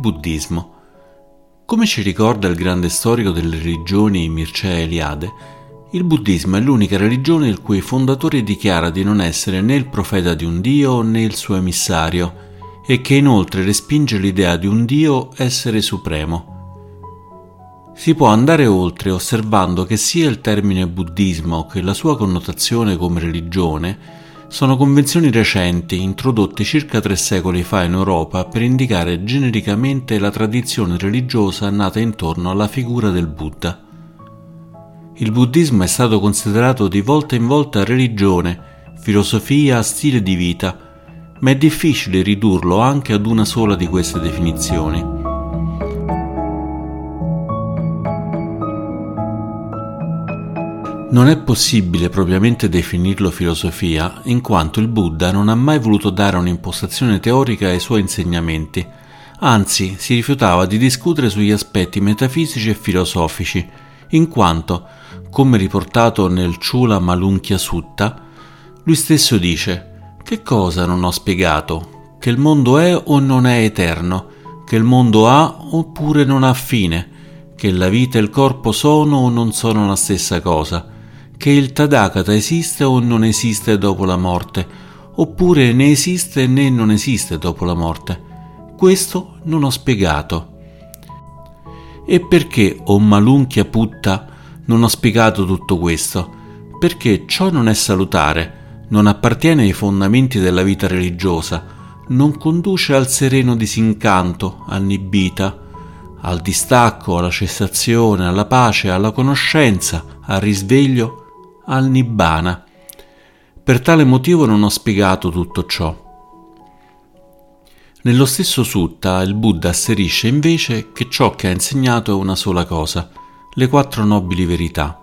buddismo. Come ci ricorda il grande storico delle religioni Mircea Eliade, il buddismo è l'unica religione il cui fondatore dichiara di non essere né il profeta di un dio né il suo emissario e che inoltre respinge l'idea di un dio essere supremo. Si può andare oltre osservando che sia il termine buddismo che la sua connotazione come religione sono convenzioni recenti introdotte circa 3 secoli fa in Europa per indicare genericamente la tradizione religiosa nata intorno alla figura del Buddha. Il buddismo è stato considerato di volta in volta religione, filosofia, stile di vita, ma è difficile ridurlo anche ad una sola di queste definizioni. Non è possibile propriamente definirlo filosofia, in quanto il Buddha non ha mai voluto dare un'impostazione teorica ai suoi insegnamenti, anzi si rifiutava di discutere sugli aspetti metafisici e filosofici, in quanto, come riportato nel Chula Malunkhya Sutta, lui stesso dice: «Che cosa non ho spiegato? Che il mondo è o non è eterno? Che il mondo ha oppure non ha fine? Che la vita e il corpo sono o non sono la stessa cosa? Che il Tathagata esiste o non esiste dopo la morte, oppure né esiste né non esiste dopo la morte? Questo non ho spiegato». E perché, o Malunkhya Putta, non ho spiegato tutto questo? Perché ciò non è salutare, non appartiene ai fondamenti della vita religiosa, non conduce al sereno disincanto, al nibbita, al distacco, alla cessazione, alla pace, alla conoscenza, al risveglio, al nibbana. Per tale motivo non ho spiegato tutto ciò. Nello stesso sutta il Buddha asserisce invece che ciò che ha insegnato è una sola cosa, le 4 nobili verità.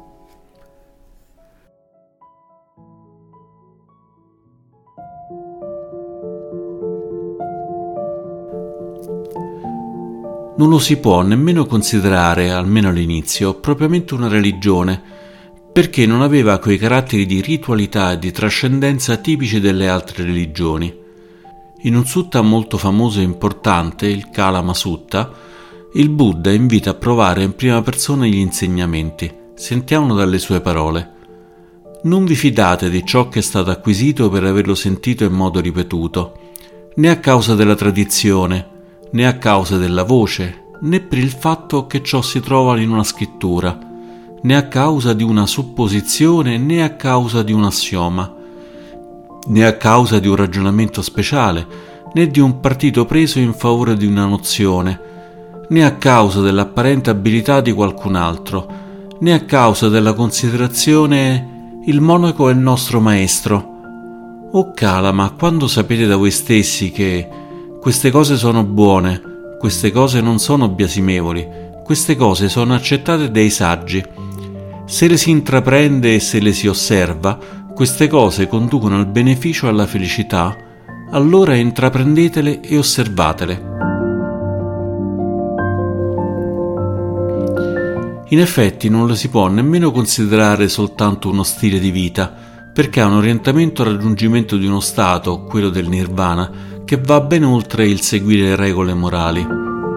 Non lo si può nemmeno considerare, almeno all'inizio, propriamente una religione, perché non aveva quei caratteri di ritualità e di trascendenza tipici delle altre religioni. In un sutta molto famoso e importante, il Kalama Sutta, il Buddha invita a provare in prima persona gli insegnamenti. Sentiamolo dalle sue parole. «Non vi fidate di ciò che è stato acquisito per averlo sentito in modo ripetuto, né a causa della tradizione, né a causa della voce, né per il fatto che ciò si trova in una scrittura, né a causa di una supposizione, né a causa di un assioma, né a causa di un ragionamento speciale, né di un partito preso in favore di una nozione, né a causa dell'apparente abilità di qualcun altro, né a causa della considerazione il monaco è il nostro maestro. O Kalama, quando sapete da voi stessi che queste cose sono buone, queste cose non sono biasimevoli, queste cose sono accettate dai saggi, se le si intraprende e se le si osserva, queste cose conducono al beneficio e alla felicità, allora intraprendetele e osservatele». In effetti non lo si può nemmeno considerare soltanto uno stile di vita, perché ha un orientamento al raggiungimento di uno stato, quello del nirvana, che va ben oltre il seguire regole morali.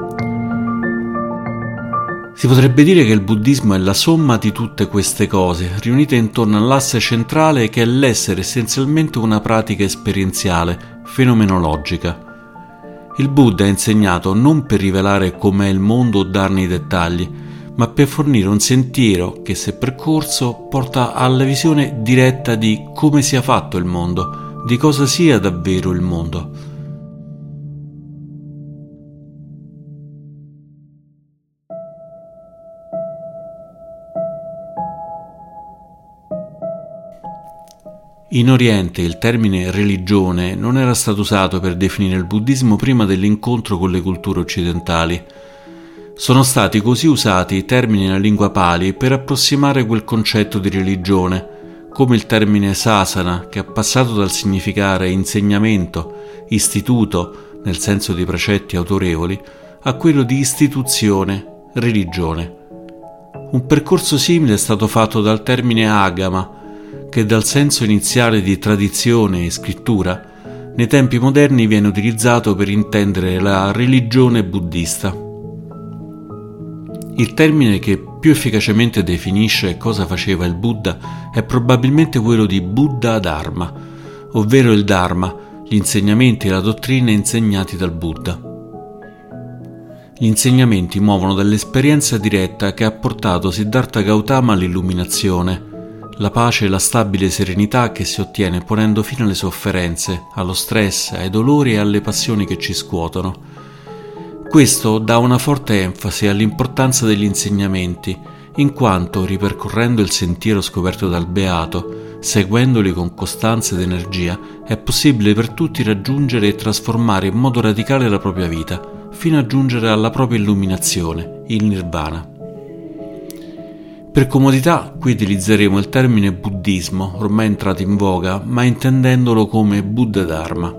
Si potrebbe dire che il buddismo è la somma di tutte queste cose, riunite intorno all'asse centrale che è l'essere essenzialmente una pratica esperienziale, fenomenologica. Il Buddha ha insegnato non per rivelare com'è il mondo o darne i dettagli, ma per fornire un sentiero che, se percorso, porta alla visione diretta di come sia fatto il mondo, di cosa sia davvero il mondo. In Oriente il termine religione non era stato usato per definire il buddismo prima dell'incontro con le culture occidentali. Sono stati così usati i termini nella lingua Pali per approssimare quel concetto di religione, come il termine sasana, che è passato dal significare insegnamento, istituto, nel senso di precetti autorevoli, a quello di istituzione, religione. Un percorso simile è stato fatto dal termine agama, che dal senso iniziale di tradizione e scrittura Nei tempi moderni viene utilizzato per intendere la religione buddista. Il termine che più efficacemente definisce cosa faceva il Buddha è probabilmente quello di Buddha Dharma, ovvero il Dharma, gli insegnamenti e la dottrina insegnati dal Buddha. Gli insegnamenti muovono dall'esperienza diretta che ha portato Siddhartha Gautama all'illuminazione, la pace e la stabile serenità che si ottiene ponendo fine alle sofferenze, allo stress, ai dolori e alle passioni che ci scuotono. Questo dà una forte enfasi all'importanza degli insegnamenti, in quanto, ripercorrendo il sentiero scoperto dal Beato, seguendoli con costanza ed energia, è possibile per tutti raggiungere e trasformare in modo radicale la propria vita, fino a giungere alla propria illuminazione, il Nirvana. Per comodità, qui utilizzeremo il termine buddismo, ormai entrato in voga, ma intendendolo come Buddha Dharma.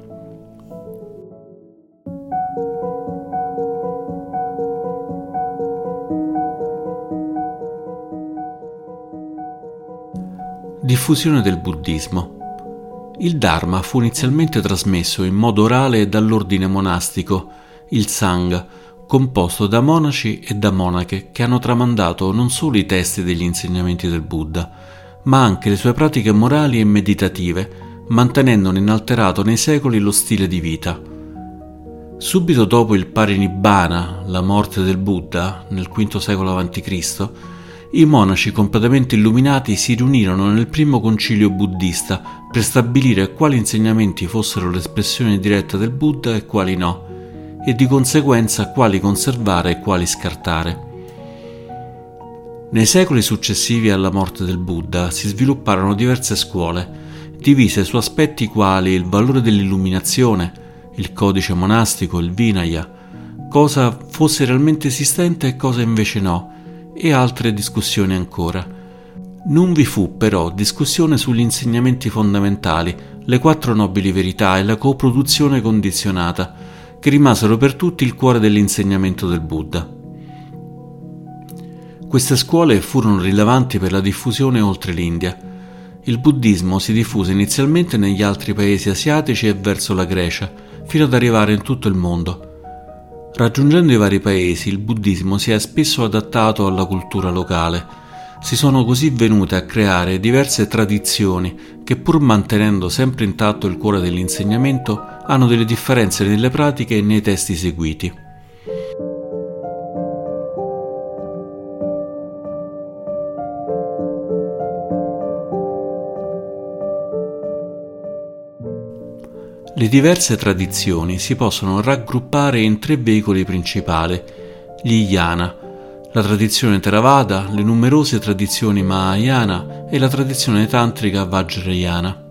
Diffusione del buddismo. Il Dharma fu inizialmente trasmesso in modo orale dall'ordine monastico, il Sangha, composto da monaci e da monache che hanno tramandato non solo i testi degli insegnamenti del Buddha, ma anche le sue pratiche morali e meditative, mantenendone inalterato nei secoli lo stile di vita. Subito dopo il Parinibbana, la morte del Buddha, nel V secolo a.C., i monaci completamente illuminati si riunirono nel primo concilio buddista per stabilire quali insegnamenti fossero l'espressione diretta del Buddha e quali no, e di conseguenza quali conservare e quali scartare. Nei secoli successivi alla morte del Buddha si svilupparono diverse scuole, divise su aspetti quali il valore dell'illuminazione, il codice monastico, il Vinaya, cosa fosse realmente esistente e cosa invece no, e altre discussioni ancora. Non vi fu però discussione sugli insegnamenti fondamentali, le 4 nobili verità e la coproduzione condizionata, che rimasero per tutti il cuore dell'insegnamento del Buddha. Queste scuole furono rilevanti per la diffusione oltre l'India. Il buddismo si diffuse inizialmente negli altri paesi asiatici e verso la Grecia, fino ad arrivare in tutto il mondo. Raggiungendo i vari paesi, il buddismo si è spesso adattato alla cultura locale. Si sono così venute a creare diverse tradizioni che, pur mantenendo sempre intatto il cuore dell'insegnamento, hanno delle differenze nelle pratiche e nei testi seguiti. Le diverse tradizioni si possono raggruppare in 3 veicoli principali: gli Jnana, la tradizione Theravada, le numerose tradizioni Mahayana e la tradizione tantrica Vajrayana.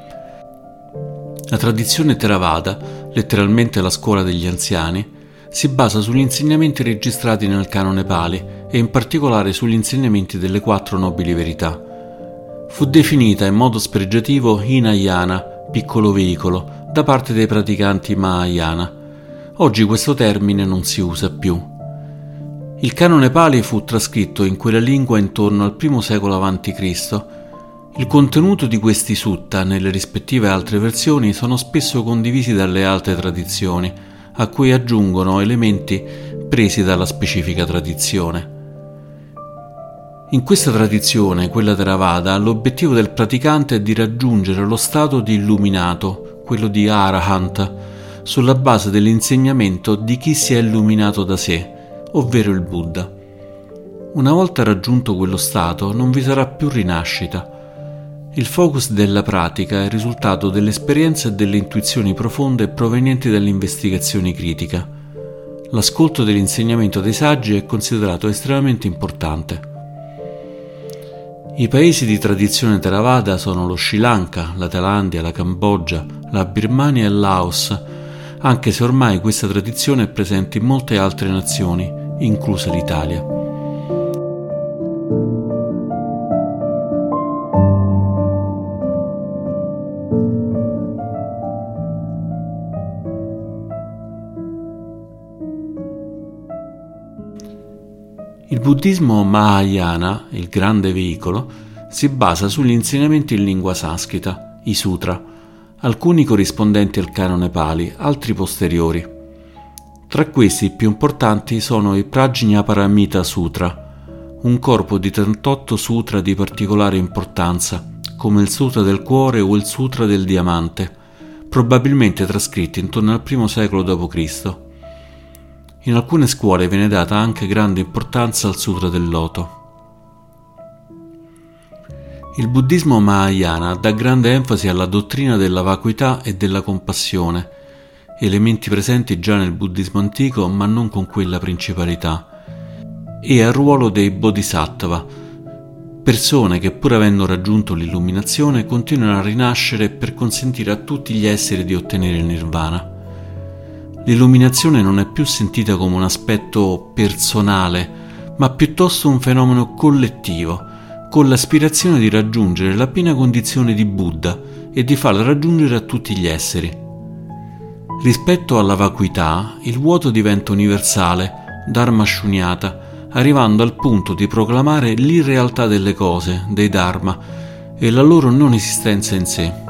La tradizione Theravada, letteralmente la scuola degli anziani, si basa sugli insegnamenti registrati nel canone Pali e in particolare sugli insegnamenti delle 4 nobili verità. Fu definita in modo spregiativo Hinayana, piccolo veicolo, da parte dei praticanti Mahayana. Oggi questo termine non si usa più. Il canone Pali fu trascritto in quella lingua intorno al I secolo a.C. Il contenuto di questi sutta nelle rispettive altre versioni sono spesso condivisi dalle altre tradizioni, a cui aggiungono elementi presi dalla specifica tradizione. In questa tradizione, quella Theravada, l'obiettivo del praticante è di raggiungere lo stato di illuminato, quello di Arahant, sulla base dell'insegnamento di chi si è illuminato da sé, ovvero il Buddha. Una volta raggiunto quello stato non vi sarà più rinascita. Il focus della pratica è il risultato dell'esperienza e delle intuizioni profonde provenienti dall'investigazione critica. L'ascolto dell'insegnamento dei saggi è considerato estremamente importante. I paesi di tradizione Theravada sono lo Sri Lanka, la Thailandia, la Cambogia, la Birmania e il Laos, anche se ormai questa tradizione è presente in molte altre nazioni, inclusa l'Italia. Il buddismo Mahayana, il grande veicolo, si basa sugli insegnamenti in lingua sanscrita, i sutra, alcuni corrispondenti al canone Pali, altri posteriori. Tra questi i più importanti sono i Prajnaparamita Sutra, un corpo di 38 sutra di particolare importanza, come il Sutra del Cuore o il Sutra del Diamante, probabilmente trascritti intorno al I secolo d.C. In alcune scuole viene data anche grande importanza al Sutra del Loto. Il buddismo Mahayana dà grande enfasi alla dottrina della vacuità e della compassione, elementi presenti già nel buddismo antico ma non con quella principalità, e al ruolo dei bodhisattva, persone che pur avendo raggiunto l'illuminazione continuano a rinascere per consentire a tutti gli esseri di ottenere il nirvana. L'illuminazione non è più sentita come un aspetto personale, ma piuttosto un fenomeno collettivo, con l'aspirazione di raggiungere la piena condizione di Buddha e di farla raggiungere a tutti gli esseri. Rispetto alla vacuità, il vuoto diventa universale, dharma shunyata, arrivando al punto di proclamare l'irrealtà delle cose, dei dharma, e la loro non esistenza in sé.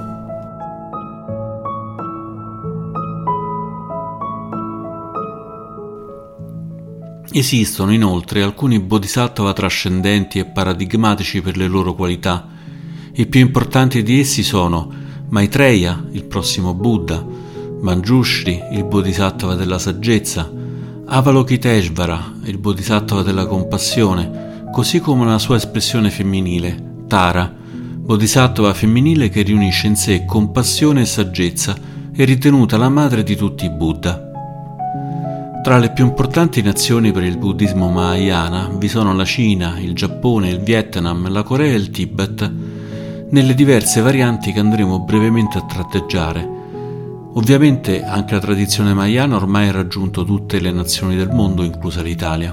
Esistono inoltre alcuni bodhisattva trascendenti e paradigmatici per le loro qualità. I più importanti di essi sono Maitreya, il prossimo Buddha, Manjushri, il bodhisattva della saggezza, Avalokiteshvara, il bodhisattva della compassione, così come la sua espressione femminile, Tara, bodhisattva femminile che riunisce in sé compassione e saggezza, è ritenuta la madre di tutti i Buddha. Tra le più importanti nazioni per il buddismo Mahayana vi sono la Cina, il Giappone, il Vietnam, la Corea e il Tibet, nelle diverse varianti che andremo brevemente a tratteggiare. Ovviamente anche la tradizione Mahayana ormai ha raggiunto tutte le nazioni del mondo, inclusa l'Italia.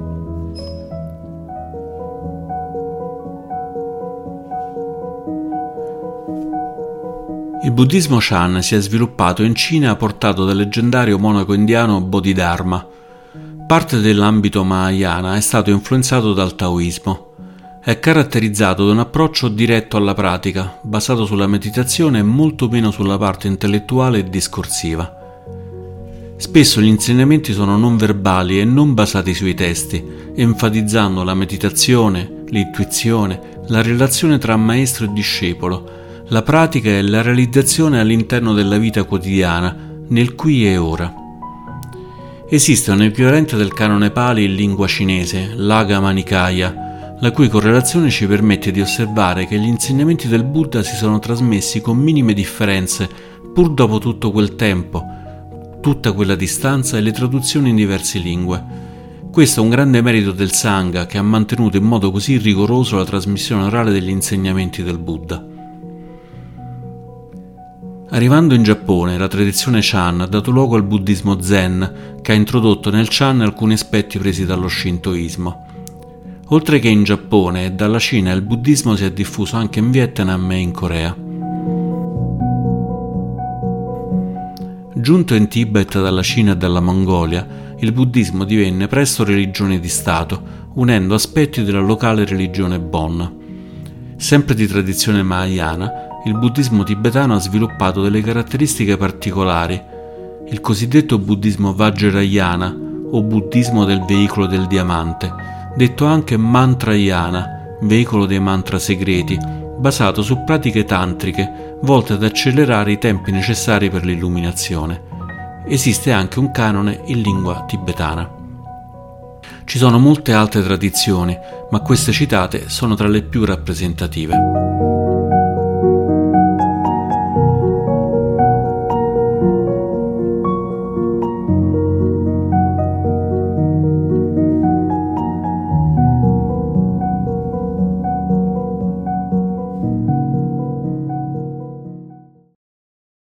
Il buddismo Chan si è sviluppato in Cina portato dal leggendario monaco indiano Bodhidharma. Parte dell'ambito Mahayana è stato influenzato dal Taoismo. È caratterizzato da un approccio diretto alla pratica, basato sulla meditazione e molto meno sulla parte intellettuale e discorsiva. Spesso gli insegnamenti sono non verbali e non basati sui testi, enfatizzando la meditazione, l'intuizione, la relazione tra maestro e discepolo, la pratica e la realizzazione all'interno della vita quotidiana, nel qui e ora. Esiste un equivalente del canone Pali in lingua cinese, l'Agama Nikaya, la cui correlazione ci permette di osservare che gli insegnamenti del Buddha si sono trasmessi con minime differenze, pur dopo tutto quel tempo, tutta quella distanza e le traduzioni in diverse lingue. Questo è un grande merito del Sangha, che ha mantenuto in modo così rigoroso la trasmissione orale degli insegnamenti del Buddha. Arrivando in Giappone, la tradizione Chan ha dato luogo al buddismo Zen, che ha introdotto nel Chan alcuni aspetti presi dallo Shintoismo. Oltre che in Giappone e dalla Cina, il buddismo si è diffuso anche in Vietnam e in Corea. Giunto in Tibet dalla Cina e dalla Mongolia, il buddismo divenne presto religione di Stato, unendo aspetti della locale religione Bon. Sempre di tradizione Mahayana, il buddismo tibetano ha sviluppato delle caratteristiche particolari. Il cosiddetto buddismo Vajrayana, o buddismo del veicolo del diamante, detto anche Mantrayana, veicolo dei mantra segreti, basato su pratiche tantriche volte ad accelerare i tempi necessari per l'illuminazione. Esiste anche un canone in lingua tibetana. Ci sono molte altre tradizioni, ma queste citate sono tra le più rappresentative.